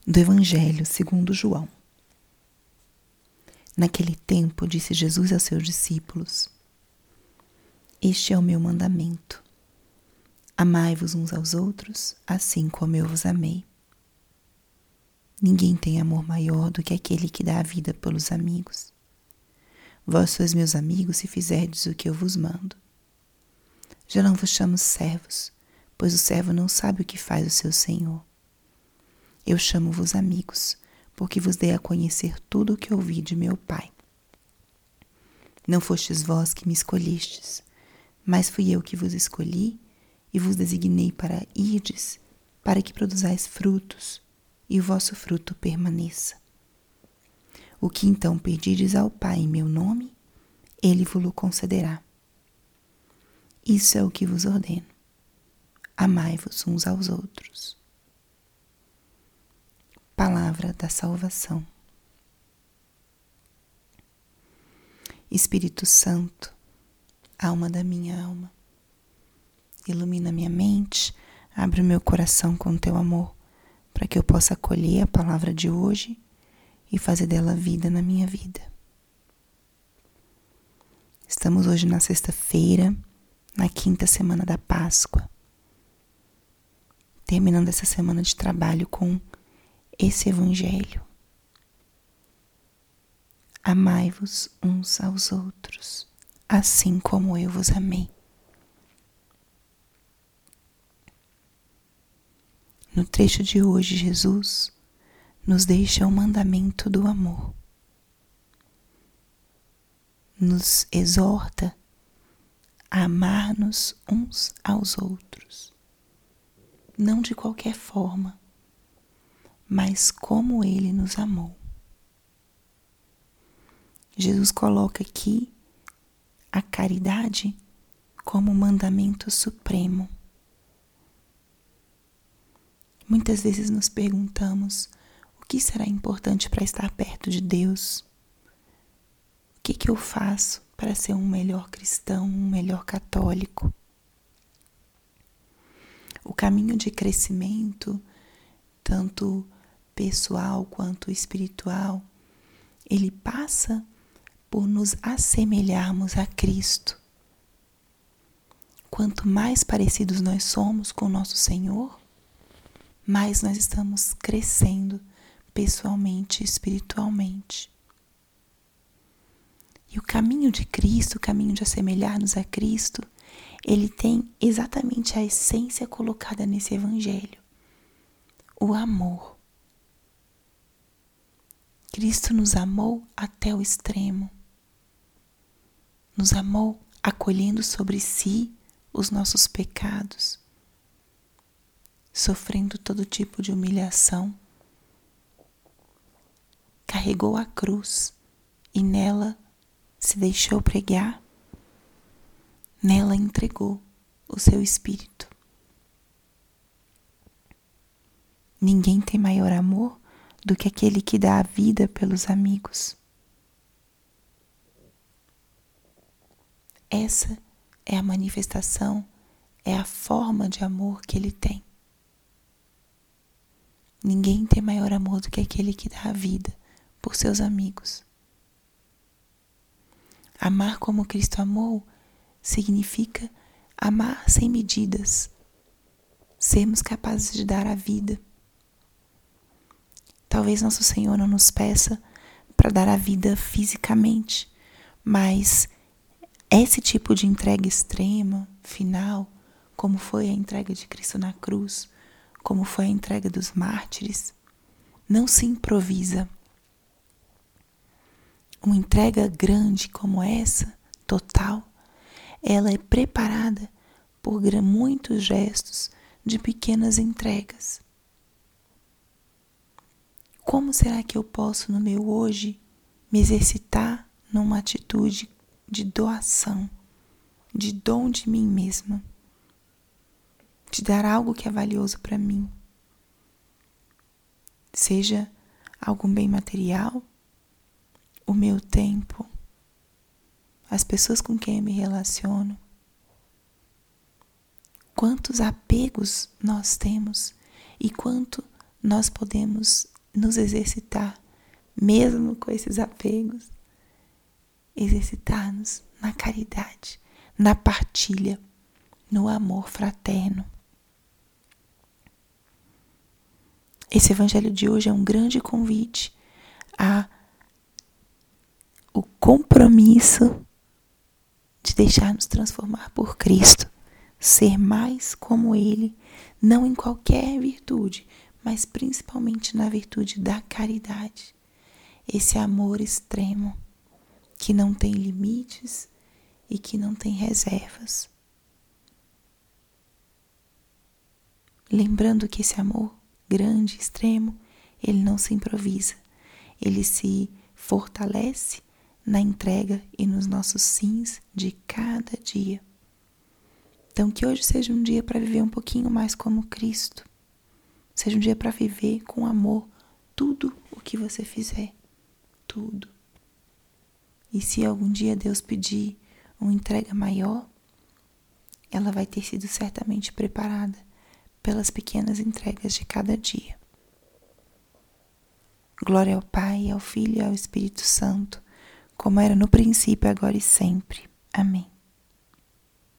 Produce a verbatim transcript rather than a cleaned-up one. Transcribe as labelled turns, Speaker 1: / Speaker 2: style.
Speaker 1: Do Evangelho segundo João. Naquele tempo, disse Jesus aos seus discípulos: Este é o meu mandamento. Amai-vos uns aos outros, assim como eu vos amei. Ninguém tem amor maior do que aquele que dá a vida pelos amigos. Vós sois meus amigos se fizerdes o que eu vos mando. Já não vos chamo servos, pois o servo não sabe o que faz o seu senhor. Eu chamo-vos amigos, porque vos dei a conhecer tudo o que ouvi de meu Pai. Não fostes vós que me escolhestes, mas fui eu que vos escolhi e vos designei para irdes, para que produzais frutos, e o vosso fruto permaneça. O que então pedirdes ao Pai em meu nome, Ele vos-lo concederá. Isso é o que vos ordeno. Amai-vos uns aos outros. Palavra da salvação. Espírito Santo, alma da minha alma, ilumina minha mente, abre o meu coração com teu amor, para que eu possa acolher a palavra de hoje e fazer dela vida na minha vida. Estamos hoje na sexta-feira, na quinta semana da Páscoa, terminando essa semana de trabalho com esse Evangelho. Amai-vos uns aos outros, assim como eu vos amei. No trecho de hoje, Jesus nos deixa o mandamento do amor. Nos exorta a amar-nos uns aos outros, não de qualquer forma, mas como Ele nos amou. Jesus coloca aqui a caridade como mandamento supremo. Muitas vezes nos perguntamos: o que será importante para estar perto de Deus? O que que eu faço para ser um melhor cristão, um melhor católico? O caminho de crescimento, tanto pessoal quanto espiritual, ele passa por nos assemelharmos a Cristo. Quanto mais parecidos nós somos com o nosso Senhor, mais nós estamos crescendo pessoalmente e espiritualmente. E o caminho de Cristo, o caminho de assemelhar-nos a Cristo, ele tem exatamente a essência colocada nesse Evangelho: o amor. Cristo nos amou até o extremo. Nos amou acolhendo sobre si os nossos pecados, sofrendo todo tipo de humilhação. Carregou a cruz e nela se deixou pregar. Nela entregou o seu espírito. Ninguém tem maior amor do que aquele que dá a vida pelos amigos. Essa é a manifestação, é a forma de amor que ele tem. Ninguém tem maior amor do que aquele que dá a vida por seus amigos. Amar como Cristo amou significa amar sem medidas, sermos capazes de dar a vida. Talvez nosso Senhor não nos peça para dar a vida fisicamente, mas esse tipo de entrega extrema, final, como foi a entrega de Cristo na cruz, como foi a entrega dos mártires, não se improvisa. Uma entrega grande como essa, total, ela é preparada por muitos gestos de pequenas entregas. Como será que eu posso, no meu hoje, me exercitar numa atitude de doação, de dom de mim mesma, de dar algo que é valioso para mim? Seja algum bem material, o meu tempo, as pessoas com quem eu me relaciono. Quantos apegos nós temos e quanto nós podemos nos exercitar, mesmo com esses apegos, exercitar-nos na caridade, na partilha, no amor fraterno. Esse evangelho de hoje é um grande convite a o compromisso de deixar-nos transformar por Cristo, ser mais como Ele, não em qualquer virtude, mas principalmente na virtude da caridade. Esse amor extremo, que não tem limites e que não tem reservas. Lembrando que esse amor grande, extremo, ele não se improvisa, ele se fortalece na entrega e nos nossos sims de cada dia. Então que hoje seja um dia para viver um pouquinho mais como Cristo, seja um dia para viver com amor tudo o que você fizer, tudo. E se algum dia Deus pedir uma entrega maior, ela vai ter sido certamente preparada pelas pequenas entregas de cada dia. Glória ao Pai, ao Filho e ao Espírito Santo, como era no princípio, agora e sempre. Amém.